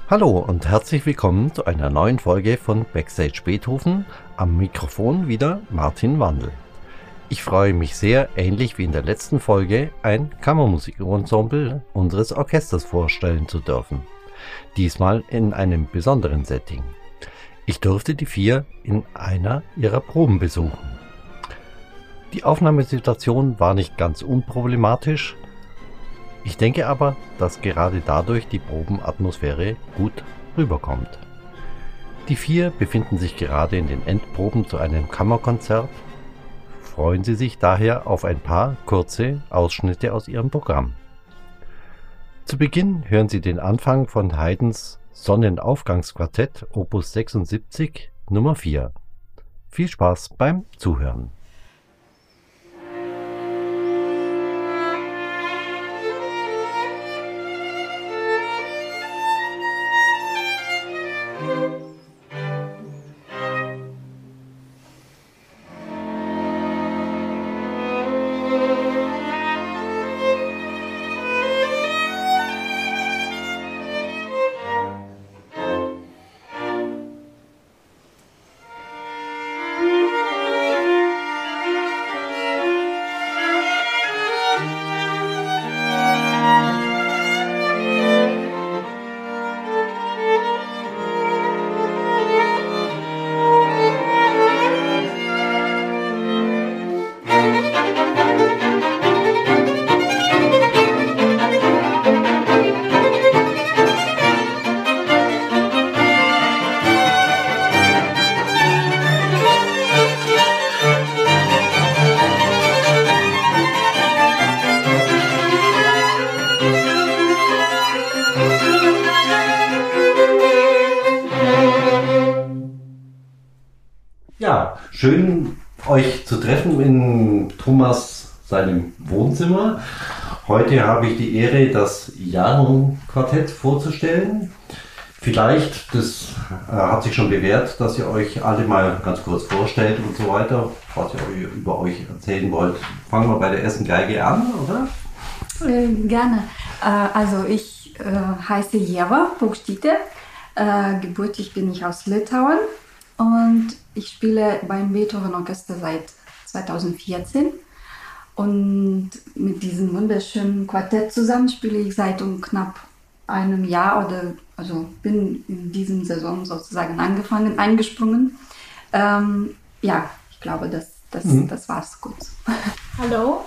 Hallo und herzlich willkommen zu einer neuen Folge von Backstage Beethoven. Am Mikrofon wieder Martin Wandl. Ich freue mich sehr, ähnlich wie in der letzten Folge, ein Kammermusikensemble unseres Orchesters vorstellen zu dürfen. Diesmal in einem besonderen Setting. Ich durfte die vier in einer ihrer Proben besuchen. Die Aufnahmesituation war nicht ganz unproblematisch. Ich denke aber, dass gerade dadurch die Probenatmosphäre gut rüberkommt. Die vier befinden sich gerade in den Endproben zu einem Kammerkonzert. Freuen Sie sich daher auf ein paar kurze Ausschnitte aus Ihrem Programm. Zu Beginn hören Sie den Anfang von Haydns Sonnenaufgangsquartett Opus 76 Nummer 4. Viel Spaß beim Zuhören. Ja, schön euch zu treffen in Thomas seinem Wohnzimmer. Heute habe ich die Ehre, das Jaron-Quartett vorzustellen. Vielleicht, das hat sich schon bewährt, dass ihr euch alle mal ganz kurz vorstellt und so weiter, was ihr über euch erzählen wollt. Fangen wir bei der ersten Geige an, oder? Gerne. Also ich heiße Jeva Paukštytė. Gebürtig bin ich aus Litauen und ich spiele beim Beethoven Orchester seit 2014. Und mit diesem wunderschönen Quartett zusammen spiele ich seit knapp einem Jahr bin in diesem Saison sozusagen eingesprungen. Ja, ich glaube, das war's kurz. Hallo,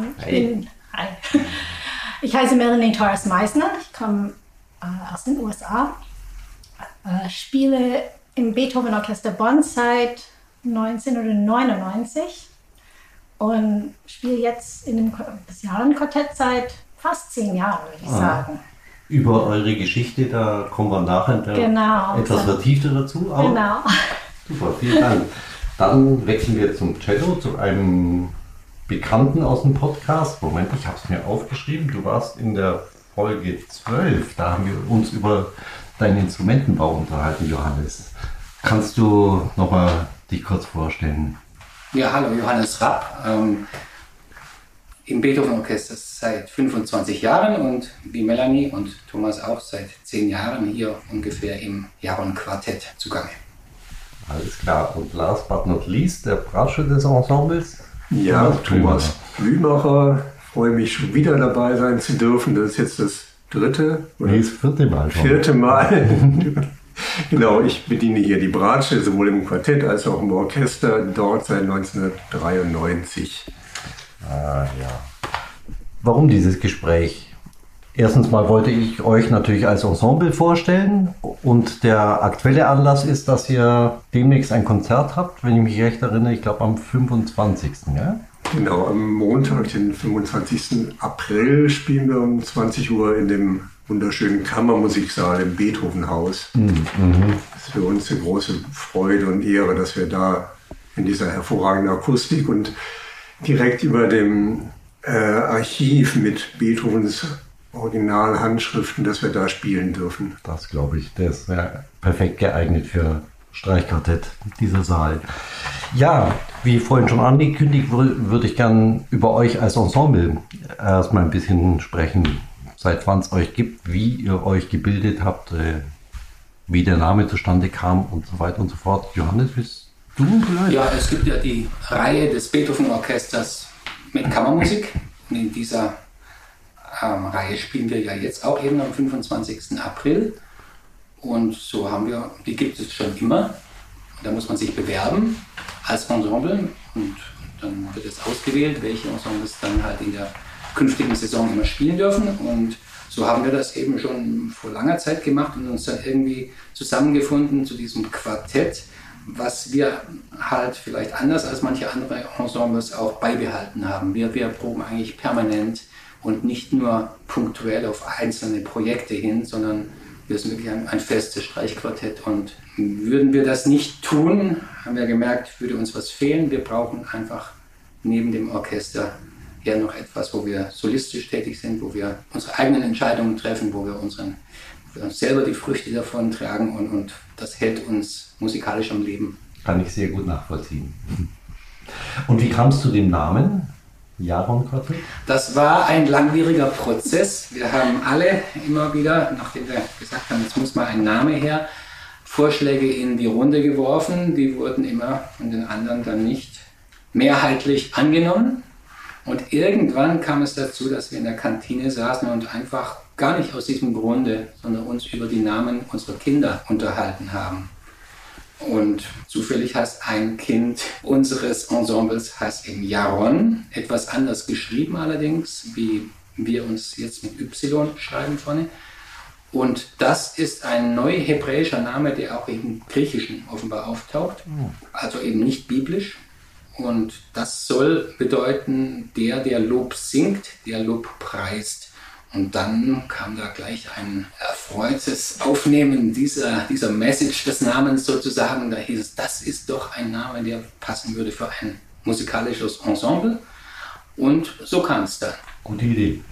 ich heiße Melanie Torres Meissner, ich komme aus den USA, spiele im Beethoven Orchester Bonn seit 1999 und spiele jetzt in das Jaron-Quartett seit fast 10 Jahren, würde ich sagen. Über eure Geschichte, da kommen wir nachher etwas vertiefter dazu. Aber genau. Super, vielen Dank. Dann wechseln wir zum Cello, zu einem Bekannten aus dem Podcast. Moment, ich habe es mir aufgeschrieben. Du warst in der Folge 12. Da haben wir uns über deinen Instrumentenbau unterhalten, Johannes. Kannst du nochmal dich kurz vorstellen? Ja, hallo, Johannes Rapp. Im Beethoven-Orchester seit 25 Jahren und wie Melanie und Thomas auch seit 10 Jahren hier ungefähr im Jaron-Quartett zugange. Alles klar. Und last but not least, der Bratsche des Ensembles? Ja, Thomas Blümacher. Freue mich schon wieder dabei sein zu dürfen. Das ist jetzt das dritte oder das vierte Mal schon. Vierte Mal. Genau, ich bediene hier die Bratsche, sowohl im Quartett als auch im Orchester, dort seit 1993. Ah ja. Warum dieses Gespräch? Erstens mal wollte ich euch natürlich als Ensemble vorstellen und der aktuelle Anlass ist, dass ihr demnächst ein Konzert habt, wenn ich mich recht erinnere, ich glaube am 25. Ja? Genau, am Montag, den 25. April, spielen wir um 20 Uhr in dem wunderschönen Kammermusiksaal im Beethovenhaus. Das ist für uns eine große Freude und Ehre, dass wir da in dieser hervorragenden Akustik und direkt über dem Archiv mit Beethovens Originalhandschriften, dass wir da spielen dürfen. Das glaube ich, der ist ja perfekt geeignet für Streichquartett, dieser Saal. Ja, wie vorhin schon angekündigt, würde ich gern über euch als Ensemble erstmal ein bisschen sprechen. Seit wann es euch gibt, wie ihr euch gebildet habt, wie der Name zustande kam und so weiter und so fort. Johannes, willst du vielleicht? Ja, es gibt ja die Reihe des Beethoven-Orchesters mit Kammermusik. Und in dieser Reihe spielen wir ja jetzt auch eben am 25. April. Und so haben wir, die gibt es schon immer. Da muss man sich bewerben als Ensemble und dann wird es ausgewählt, welche Ensembles dann halt in der künftigen Saison immer spielen dürfen. Und so haben wir das eben schon vor langer Zeit gemacht und uns dann irgendwie zusammengefunden zu diesem Quartett, was wir halt vielleicht anders als manche andere Ensembles auch beibehalten haben. Wir proben eigentlich permanent und nicht nur punktuell auf einzelne Projekte hin, sondern wir sind wirklich ein festes Streichquartett. Und würden wir das nicht tun, haben wir gemerkt, würde uns was fehlen. Wir brauchen einfach neben dem Orchester ja noch etwas, wo wir solistisch tätig sind, wo wir unsere eigenen Entscheidungen treffen, wo wir uns selber die Früchte davon tragen und das hält uns musikalisch am Leben. Kann ich sehr gut nachvollziehen. Und wie kam es zu dem Namen? Jaron Quartett? Das war ein langwieriger Prozess. Wir haben alle immer wieder, nachdem wir gesagt haben, jetzt muss mal ein Name her, Vorschläge in die Runde geworfen. Die wurden immer von den anderen dann nicht mehrheitlich angenommen. Und irgendwann kam es dazu, dass wir in der Kantine saßen und einfach gar nicht aus diesem Grunde, sondern uns über die Namen unserer Kinder unterhalten haben. Und zufällig heißt ein Kind unseres Ensembles heißt eben Jaron, etwas anders geschrieben allerdings, wie wir uns jetzt mit Y schreiben vorne. Und das ist ein neuhebräischer Name, der auch im Griechischen offenbar auftaucht, also eben nicht biblisch. Und das soll bedeuten, der Lob singt, der Lob preist. Und dann kam da gleich ein erfreutes Aufnehmen dieser Message des Namens sozusagen. Da hieß es, das ist doch ein Name, der passen würde für ein musikalisches Ensemble. Und so kam es dann. Gute Idee.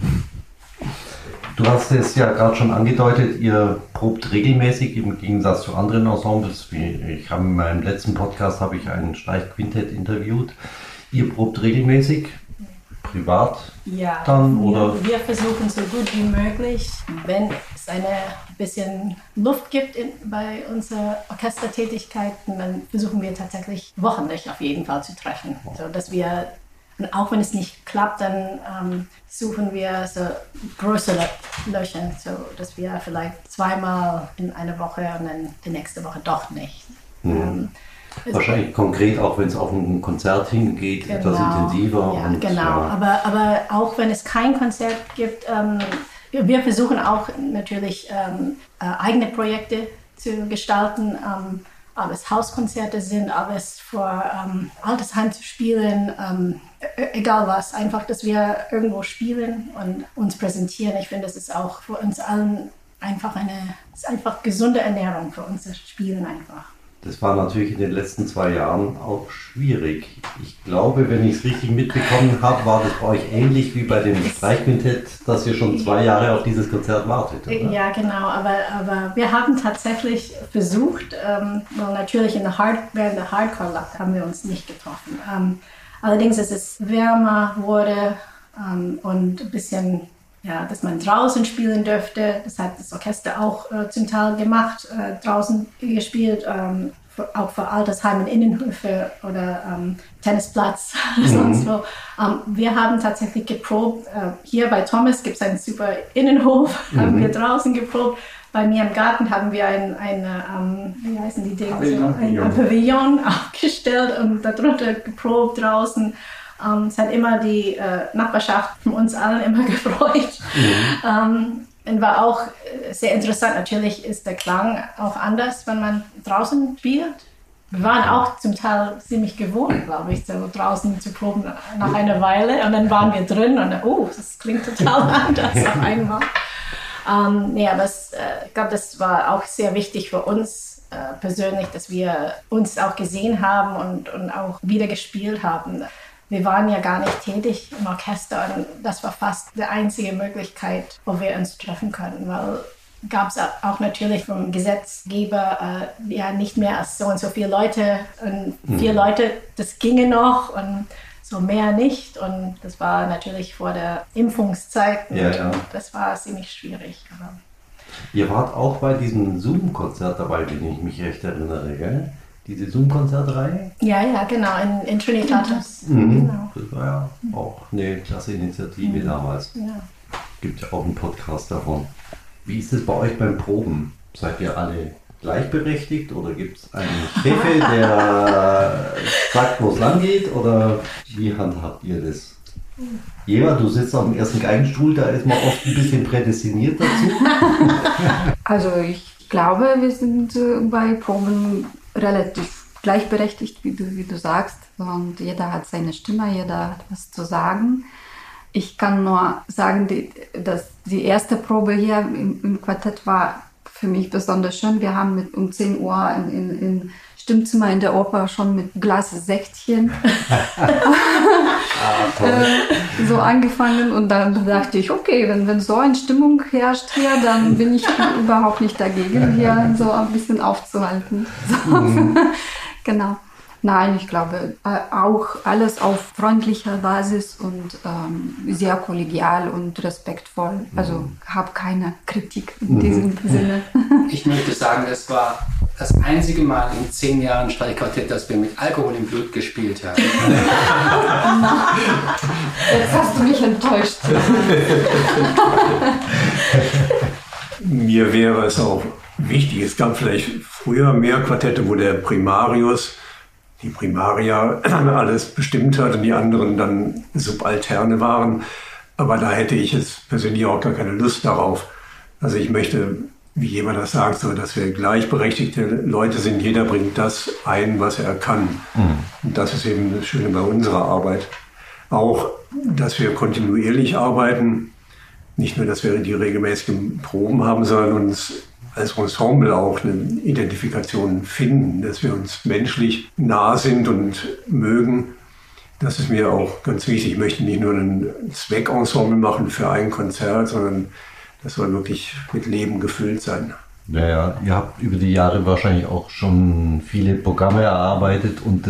Du hast es ja gerade schon angedeutet, ihr probt regelmäßig im Gegensatz zu anderen Ensembles. In meinem letzten Podcast habe ich ein Streichquintett interviewt. Ihr probt regelmäßig? Privat ja, dann? Oder? Wir versuchen so gut wie möglich, wenn es eine bisschen Luft gibt bei unserer Orchestertätigkeiten, dann versuchen wir tatsächlich wöchentlich auf jeden Fall zu treffen. So, dass wir, und auch wenn es nicht klappt, dann suchen wir so größere Löcher, so dass wir vielleicht zweimal in einer Woche und dann die nächste Woche doch nicht. Wahrscheinlich konkret, auch wenn es auf ein Konzert hingeht, genau, etwas intensiver. Ja, und, genau, ja. Aber auch wenn es kein Konzert gibt, wir versuchen auch natürlich eigene Projekte zu gestalten, ob es Hauskonzerte sind, ob es vor Altersheim zu spielen, egal was, einfach, dass wir irgendwo spielen und uns präsentieren. Ich finde, das ist auch für uns allen einfach gesunde Ernährung für unser Spielen einfach. Das war natürlich in den letzten 2 Jahren auch schwierig. Ich glaube, wenn ich es richtig mitbekommen habe, war das bei euch ähnlich wie bei dem Streichquintett, dass ihr schon 2 Jahre auf dieses Konzert wartet, oder? Ja, genau, aber wir haben tatsächlich versucht, natürlich während der Hardcore-Lock haben wir uns nicht getroffen. Allerdings ist es wärmer wurde und ein bisschen, ja, dass man draußen spielen dürfte. Das hat das Orchester auch zum Teil gemacht, draußen gespielt, auch für Altersheime, Innenhöfe oder Tennisplatz, sonst wo. Wir haben tatsächlich geprobt. Hier bei Thomas gibt es einen super Innenhof, haben wir draußen geprobt. Bei mir im Garten haben wir wie heißen die Dinge? Ein Pavillon aufgestellt und darunter geprobt draußen. Es hat immer die Nachbarschaft von uns allen immer gefreut. Und war auch sehr interessant. Natürlich ist der Klang auch anders, wenn man draußen spielt. Wir waren auch zum Teil ziemlich gewohnt, glaube ich, so draußen zu proben nach einer Weile. Und dann waren wir drin und das klingt total anders auf einmal. Aber ich glaube, das war auch sehr wichtig für uns persönlich, dass wir uns auch gesehen haben und auch wieder gespielt haben. Wir waren ja gar nicht tätig im Orchester und das war fast die einzige Möglichkeit, wo wir uns treffen können, weil gab es auch natürlich vom Gesetzgeber nicht mehr als so und so viele Leute und 4 Leute, das ginge noch und so mehr nicht und das war natürlich vor der Impfungszeit und das war ziemlich schwierig. Aber Ihr wart auch bei diesem Zoom-Konzert dabei, wenn ich mich recht erinnere, gell? Diese Zoom-Konzertreihe? Ja, genau, in Trinitatis. Mhm. Genau. Das war ja auch eine klasse Initiative damals. Ja. Gibt ja auch einen Podcast davon. Wie ist es bei euch beim Proben? Seid ihr alle gleichberechtigt oder gibt es einen Chefe, der sagt, wo es lang geht? Oder wie handhabt ihr das? Eva, du sitzt auf dem ersten Geigenstuhl, da ist man oft ein bisschen prädestiniert dazu. Also ich glaube, wir sind bei Proben relativ gleichberechtigt, wie du sagst. Und jeder hat seine Stimme, jeder hat was zu sagen. Ich kann nur sagen, dass die erste Probe hier im Quartett war für mich besonders schön. Wir haben um 10 Uhr im Stimmzimmer in der Oper schon mit Glas Säckchen so angefangen. Und dann dachte ich, okay, wenn so eine Stimmung herrscht hier, dann bin ich überhaupt nicht dagegen, hier so ein bisschen aufzuhalten. So. Genau. Nein, ich glaube auch alles auf freundlicher Basis und sehr kollegial und respektvoll. Also habe keine Kritik in diesem Sinne. Ich möchte sagen, das war das einzige Mal in 10 Jahren Streichquartett, dass wir mit Alkohol im Blut gespielt haben. Jetzt hast du mich enttäuscht. Mir wäre es auch wichtig, es gab vielleicht früher mehr Quartette, wo der Primarius, die Primaria, alles bestimmt hat und die anderen dann Subalterne waren. Aber da hätte ich jetzt persönlich auch gar keine Lust darauf. Also ich möchte, wie jemand das sagt, so, dass wir gleichberechtigte Leute sind. Jeder bringt das ein, was er kann. Und das ist eben das Schöne bei unserer Arbeit. Auch, dass wir kontinuierlich arbeiten. Nicht nur, dass wir die regelmäßigen Proben haben, sondern uns als Ensemble auch eine Identifikation finden, dass wir uns menschlich nah sind und mögen. Das ist mir auch ganz wichtig. Ich möchte nicht nur ein Zweckensemble machen für ein Konzert, sondern das soll wirklich mit Leben gefüllt sein. Ja, ihr habt über die Jahre wahrscheinlich auch schon viele Programme erarbeitet und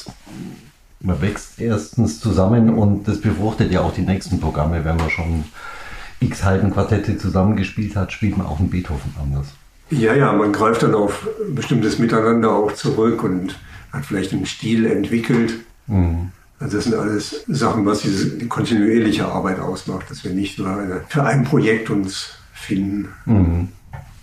man wächst erstens zusammen und das befruchtet ja auch die nächsten Programme, wenn man schon x Haydn-Quartette zusammengespielt hat, spielt man auch einen Beethoven anders. Ja, man greift dann auf bestimmtes Miteinander auch zurück und hat vielleicht einen Stil entwickelt. Also das sind alles Sachen, was die kontinuierliche Arbeit ausmacht, dass wir nicht nur für ein Projekt uns finden.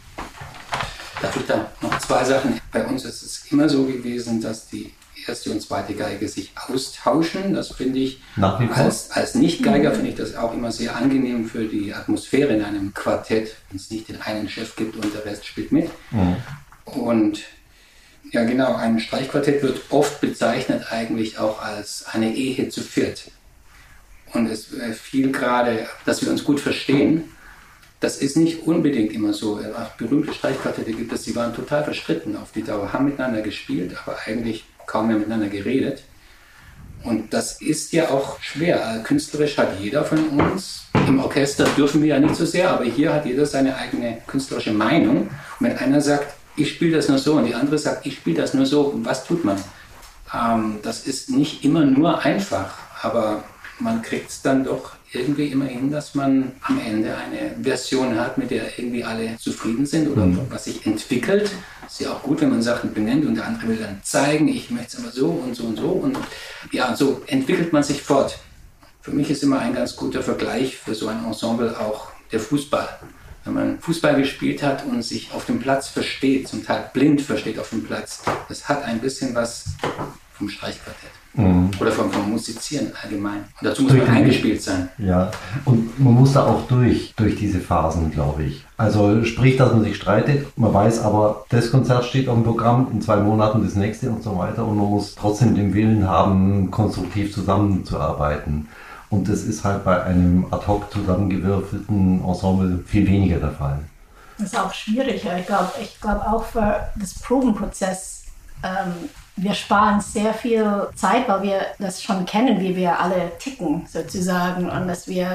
Darf ich da noch 2 Sachen? Bei uns ist es immer so gewesen, dass die erste und zweite Geige sich austauschen. Das finde ich, als Nicht-Geiger finde ich das auch immer sehr angenehm für die Atmosphäre in einem Quartett, wenn es nicht den einen Chef gibt und der Rest spielt mit. Und ja genau, ein Streichquartett wird oft bezeichnet eigentlich auch als eine Ehe zu viert. Und es fiel gerade, dass wir uns gut verstehen. Das ist nicht unbedingt immer so. Auch berühmte Streichquartette gibt es, die waren total verstritten auf die Dauer, haben miteinander gespielt, aber eigentlich kaum mehr miteinander geredet. Und das ist ja auch schwer. Künstlerisch hat jeder von uns, im Orchester dürfen wir ja nicht so sehr, aber hier hat jeder seine eigene künstlerische Meinung. Und wenn einer sagt, ich spiele das nur so und die andere sagt, ich spiele das nur so, was tut man? Das ist nicht immer nur einfach, aber man kriegt es dann doch irgendwie immer hin, dass man am Ende eine Version hat, mit der irgendwie alle zufrieden sind oder was sich entwickelt. Ist ja auch gut, wenn man Sachen benennt und der andere will dann zeigen, ich möchte es aber so und so und so. Und ja, so entwickelt man sich fort. Für mich ist immer ein ganz guter Vergleich für so ein Ensemble auch der Fußball. Wenn man Fußball gespielt hat und sich auf dem Platz versteht, zum Teil blind versteht auf dem Platz, das hat ein bisschen was vom Streichquartett. Oder vom Musizieren allgemein. Und dazu muss man eingespielt sein. Ja, und man muss da auch durch diese Phasen, glaube ich. Also sprich, dass man sich streitet, man weiß aber, das Konzert steht auf dem Programm, in 2 Monaten das nächste und so weiter. Und man muss trotzdem den Willen haben, konstruktiv zusammenzuarbeiten. Und das ist halt bei einem ad hoc zusammengewürfelten Ensemble viel weniger der Fall. Das ist auch schwierig. Ich glaube auch für das Probenprozess, wir sparen sehr viel Zeit, weil wir das schon kennen, wie wir alle ticken sozusagen und dass wir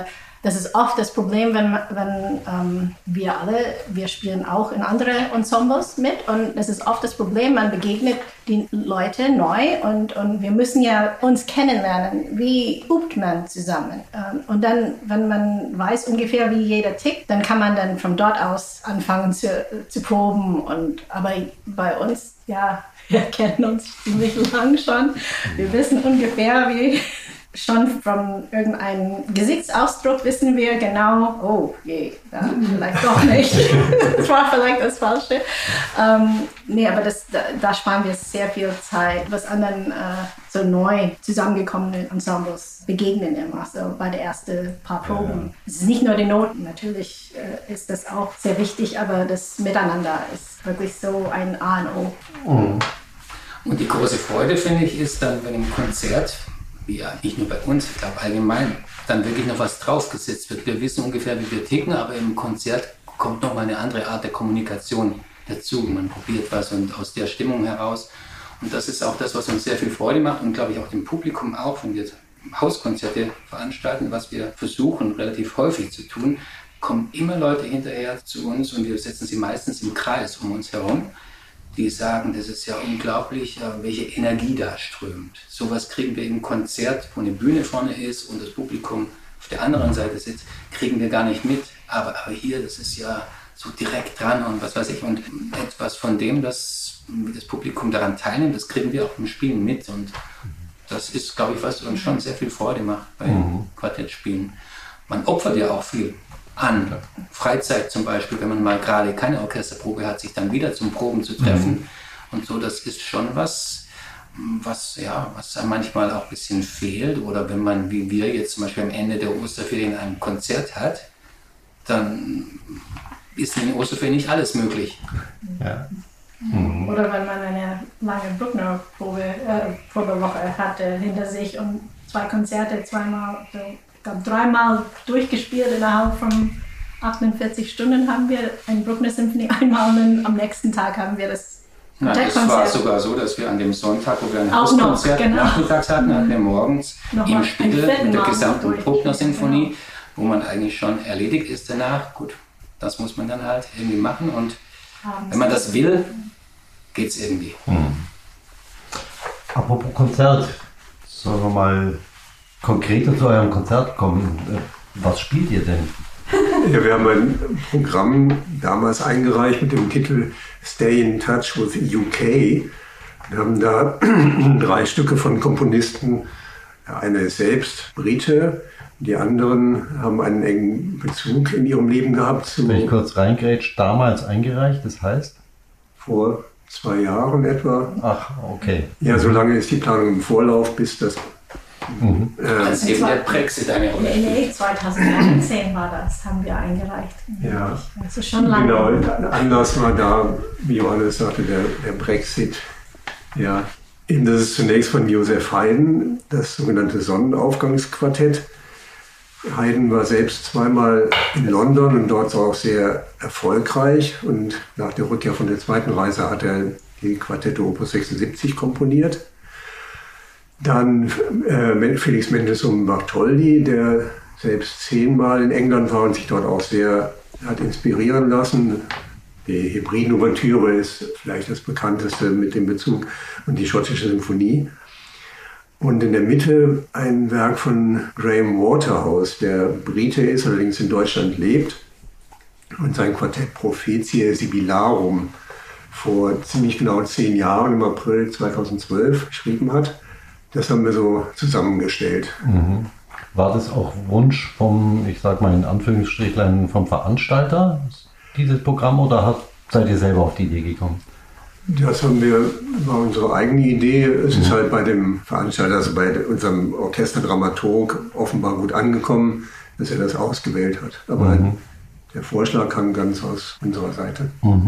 das ist oft das Problem, wenn wir spielen auch in andere Ensembles mit und es ist oft das Problem, man begegnet die Leute neu und wir müssen ja uns kennenlernen, wie übt man zusammen. Und dann, wenn man weiß ungefähr, wie jeder tickt, dann kann man dann von dort aus anfangen zu proben. Aber bei uns, ja, wir kennen uns ziemlich lang schon. Wir wissen ungefähr, wie schon von irgendeinem Gesichtsausdruck wissen wir genau, oh je, vielleicht doch nicht. Das war vielleicht das Falsche. Nee, aber da sparen wir sehr viel Zeit, was anderen so neu zusammengekommenen Ensembles begegnen immer, so bei der ersten paar Proben. Es ist nicht nur die Noten, natürlich ist das auch sehr wichtig, aber das Miteinander ist wirklich so ein A und O. Mhm. Und die große Freude, finde ich, ist dann, wenn im Konzert, ja, nicht nur bei uns, ich glaube allgemein, dann wirklich noch was draufgesetzt wird. Wir wissen ungefähr, wie wir ticken, aber im Konzert kommt noch mal eine andere Art der Kommunikation dazu. Man probiert was und aus der Stimmung heraus. Und das ist auch das, was uns sehr viel Freude macht und glaube ich auch dem Publikum auch, wenn wir Hauskonzerte veranstalten, was wir versuchen relativ häufig zu tun, kommen immer Leute hinterher zu uns und wir setzen sie meistens im Kreis um uns herum. Die sagen, das ist ja unglaublich, welche Energie da strömt. Sowas kriegen wir im Konzert, wo eine Bühne vorne ist und das Publikum auf der anderen Seite sitzt, kriegen wir gar nicht mit. Aber hier, das ist ja so direkt dran und was weiß ich. Und etwas von dem, das Publikum daran teilnimmt, das kriegen wir auch im Spielen mit. Und das ist, glaube ich, was uns schon sehr viel Freude macht beim Quartettspielen. Man opfert ja auch viel an. Freizeit zum Beispiel, wenn man mal gerade keine Orchesterprobe hat, sich dann wieder zum Proben zu treffen und so, das ist schon was einem manchmal auch ein bisschen fehlt oder wenn man, wie wir jetzt zum Beispiel am Ende der Osterferien ein Konzert hat, dann ist in den Osterferien nicht alles möglich. Ja. Oder wenn man eine lange Bruckner-Probewoche hatte hinter sich und 2 Konzerte, dreimal durchgespielt innerhalb von 48 Stunden haben wir eine Bruckner-Symphonie einmal und am nächsten Tag haben wir das Quartettkonzert. Das war sogar so, dass wir an dem Sonntag, wo wir ein Hauskonzert nachmittags hatten, hatten wir morgens im Spiegel mit der gesamten Bruckner-Symphonie, wo man eigentlich schon erledigt ist danach. Gut, das muss man dann halt irgendwie machen und wenn man das will, geht's irgendwie. Apropos Konzert, sollen wir mal konkreter zu eurem Konzert kommen. Was spielt ihr denn? Ja, wir haben ein Programm damals eingereicht mit dem Titel Stay in Touch with UK. Wir haben da 3 Stücke von Komponisten. Eine ist selbst Brite, die anderen haben einen engen Bezug in ihrem Leben gehabt. Wenn ich kurz reingrätsch, damals eingereicht, das heißt? Vor 2 Jahren etwa. Ach, okay. Ja, so lange ist die Planung im Vorlauf, bis das als eben der Brexit eine Rolle spielt. Nee, 2019 war das, haben wir eingereicht. Ja, das ist schon lange. Genau, Anlass war da, wie Johannes sagte, der Brexit. Ja, eben das ist zunächst von Joseph Haydn, das sogenannte Sonnenaufgangsquartett. Haydn war selbst zweimal in London und dort auch sehr erfolgreich. Und nach der Rückkehr von der zweiten Reise hat er die Quartette Opus 76 komponiert. Dann Felix Mendelssohn Bartholdy, der selbst 10-mal in England war und sich dort auch sehr hat inspirieren lassen. Die Hebriden-Ouvertüre ist vielleicht das bekannteste mit dem Bezug und die schottische Symphonie. Und in der Mitte ein Werk von Graham Waterhouse, der Brite ist, allerdings in Deutschland lebt und sein Quartett Prophetiae Sibilarum vor ziemlich genau 10 Jahren im April 2012 geschrieben hat. Das haben wir so zusammengestellt. War das auch Wunsch vom, ich sag mal in Anführungsstrichlein, vom Veranstalter, dieses Programm, oder seid ihr selber auf die Idee gekommen? Das war unsere eigene Idee. Es ist halt bei dem Veranstalter, also bei unserem Orchesterdramaturg, offenbar gut angekommen, dass er das ausgewählt hat. Aber der Vorschlag kam ganz aus unserer Seite.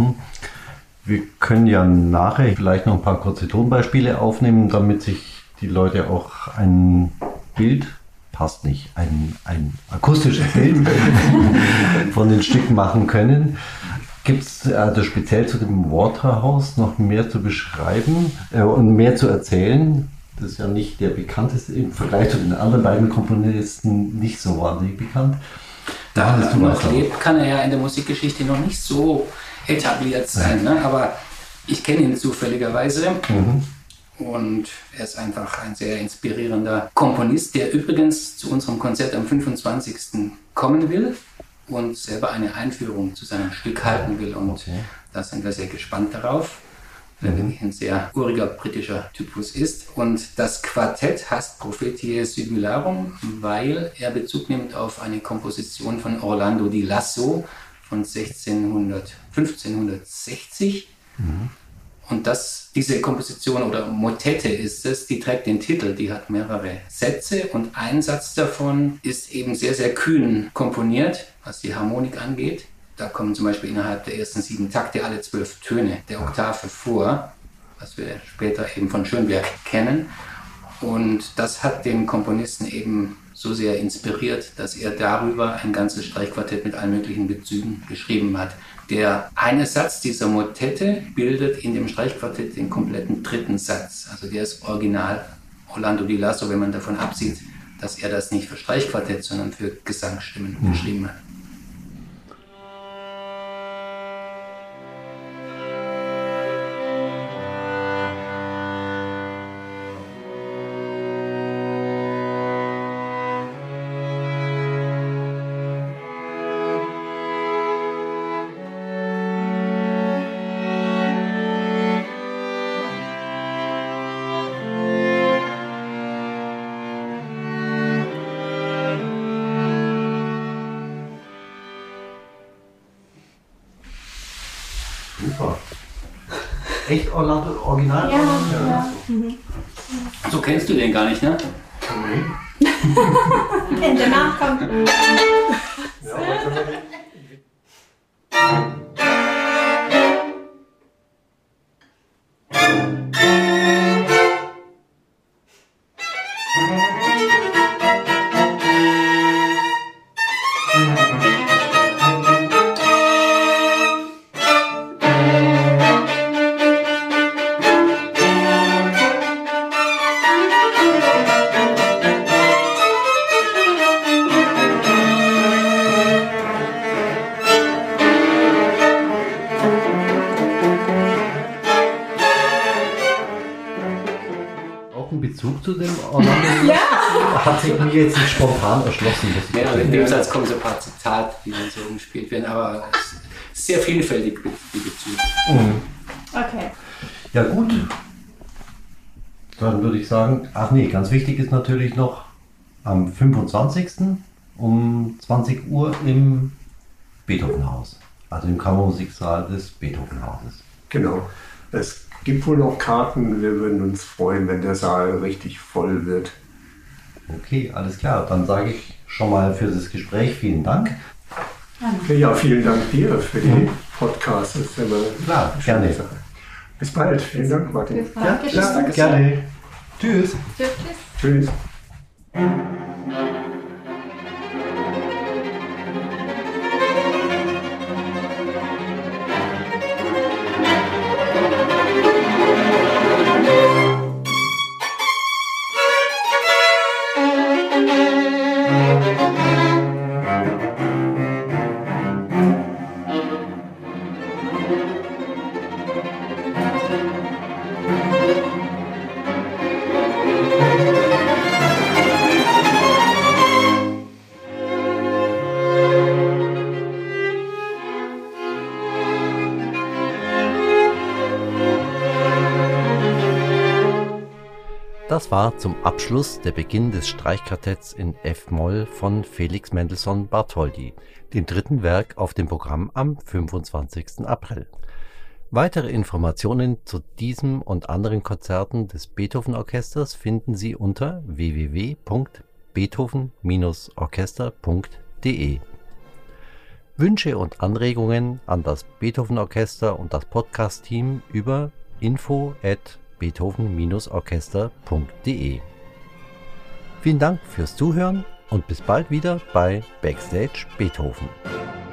Wir können ja nachher vielleicht noch ein paar kurze Tonbeispiele aufnehmen, damit sich die Leute auch ein Bild, passt nicht, ein akustisches Bild von den Stücken machen können. Gibt es also speziell zu dem Waterhouse noch mehr zu beschreiben und mehr zu erzählen? Das ist ja nicht der bekannteste, im Vergleich zu den anderen beiden Komponisten nicht so wahnsinnig bekannt. Da er noch lebt, kann er ja in der Musikgeschichte noch nicht so etabliert sein. Ne? Aber ich kenne ihn zufälligerweise. Und er ist einfach ein sehr inspirierender Komponist, der übrigens zu unserem Konzert am 25. kommen will und selber eine Einführung zu seinem Stück halten will. Und da sind wir sehr gespannt darauf, weil er wirklich ein sehr uriger britischer Typus ist. Und das Quartett heißt Prophetiae Sigularum, weil er Bezug nimmt auf eine Komposition von Orlando di Lasso von 1560. Und diese Komposition oder Motette ist es, die trägt den Titel, die hat mehrere Sätze und ein Satz davon ist eben sehr, sehr kühn komponiert, was die Harmonik angeht. Da kommen zum Beispiel innerhalb der ersten 7 Takte alle 12 Töne der Oktave vor, was wir später eben von Schönberg kennen. Und das hat den Komponisten eben so sehr inspiriert, dass er darüber ein ganzes Streichquartett mit allen möglichen Bezügen geschrieben hat. Der eine Satz dieser Motette bildet in dem Streichquartett den kompletten 3. Satz. Also der ist original Orlando di Lasso, wenn man davon absieht, dass er das nicht für Streichquartett, sondern für Gesangsstimmen geschrieben hat. Super. Echt Orlando Original? Ja. So kennst du den gar nicht, ne? Und danach kommt... Bezug zu dem Orlando? Hat sich mir jetzt nicht spontan erschlossen. Ja, in dem Satz kommen so ein paar Zitate, die dann so umgespielt werden, aber es ist sehr vielfältig, die Bezüge. Okay. Ja gut, dann würde ich sagen, ganz wichtig ist natürlich noch am 25. um 20 Uhr im Beethovenhaus, also im Kammermusiksaal des Beethovenhauses. Genau, es gibt wohl noch Karten, wir würden uns freuen, wenn der Saal richtig voll wird. Okay, alles klar, dann sage ich schon mal für das Gespräch vielen Dank. Okay, ja, vielen Dank dir für die Podcasts. Das ist immer klar, gerne. Sache. Bis bald. Vielen Dank, Martin. Ja, klar, gerne. Tschüss. Tschüss. Das war zum Abschluss der Beginn des Streichquartetts in F-Moll von Felix Mendelssohn Bartholdy, dem dritten Werk auf dem Programm am 25. April. Weitere Informationen zu diesem und anderen Konzerten des Beethoven-Orchesters finden Sie unter www.beethoven-orchester.de. Wünsche und Anregungen an das Beethoven-Orchester und das Podcast-Team über info@beethoven-orchester.de. Vielen Dank fürs Zuhören und bis bald wieder bei Backstage Beethoven.